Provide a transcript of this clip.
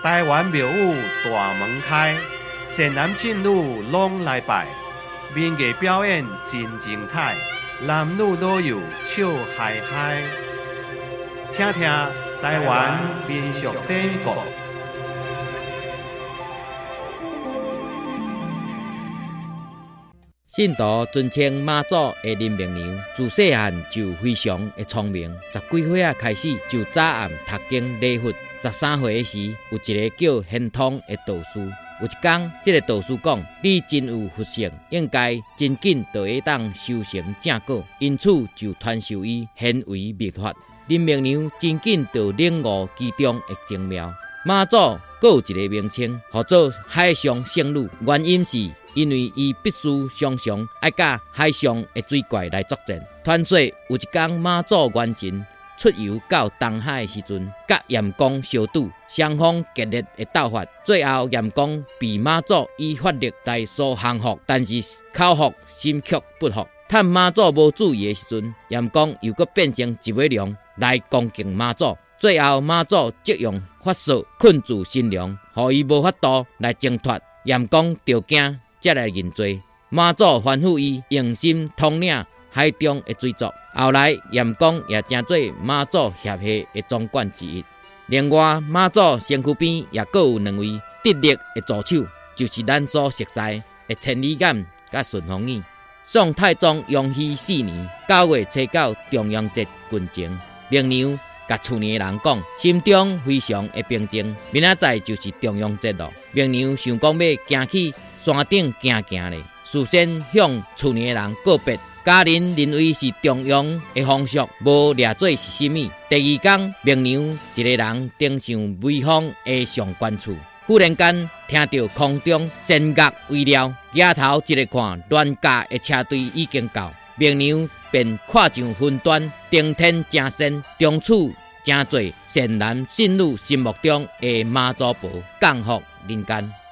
台湾庙宇大门开，善男信女拢来拜。民艺表演真精彩，男女老幼笑嗨嗨。听听台湾民俗典故。 信徒尊称妈祖的林明娘，自细汉就非常的聪明，10几岁开始就早暗读经礼佛。13岁时，有一个叫显通的道士。有一天，这个道士讲：“你真有福性，应该真紧就会当修成正果。”因此就传授伊显微秘法。林明娘真紧就领悟其中的精妙。妈祖阁有一个名称，叫做海上圣女，原因是因为伊必须常常爱甲海上的水怪来作战。传说有一天妈祖元神出游到东海的时阵，甲炎公相赌，双方激烈的斗法，最后炎公被妈祖以法力来所降服，但是口服心却不服。趁妈祖无注意的时阵，炎公又阁变成一尾龙来攻击妈祖。最后妈祖即用法术困住新娘，予伊无法度来挣脱。炎公着惊，才来认罪。妈祖吩咐伊用心统领海中的水族。后来炎公也成做妈祖协会的总管之一。另外，妈祖身躯边也各有2位得力的助手，就是咱所熟悉的千里眼甲顺风耳。宋太宗雍熙4年9月初9重阳节gün前，明娘甲厝里的人讲，心中非常的平静。明仔载就是重阳节咯。明娘想讲要行去山顶行行咧，事先向厝里的人告别。家人认为是重阳的风俗，无掠做是甚物。第2天，明娘一个人登上微风的上悬处，忽然间听到空中弦乐微撩，抬头一个看，乱架的车队已经到，明娘便跨上云端，登天成仙，从此成做善男信女心目中的妈祖婆，降福人间。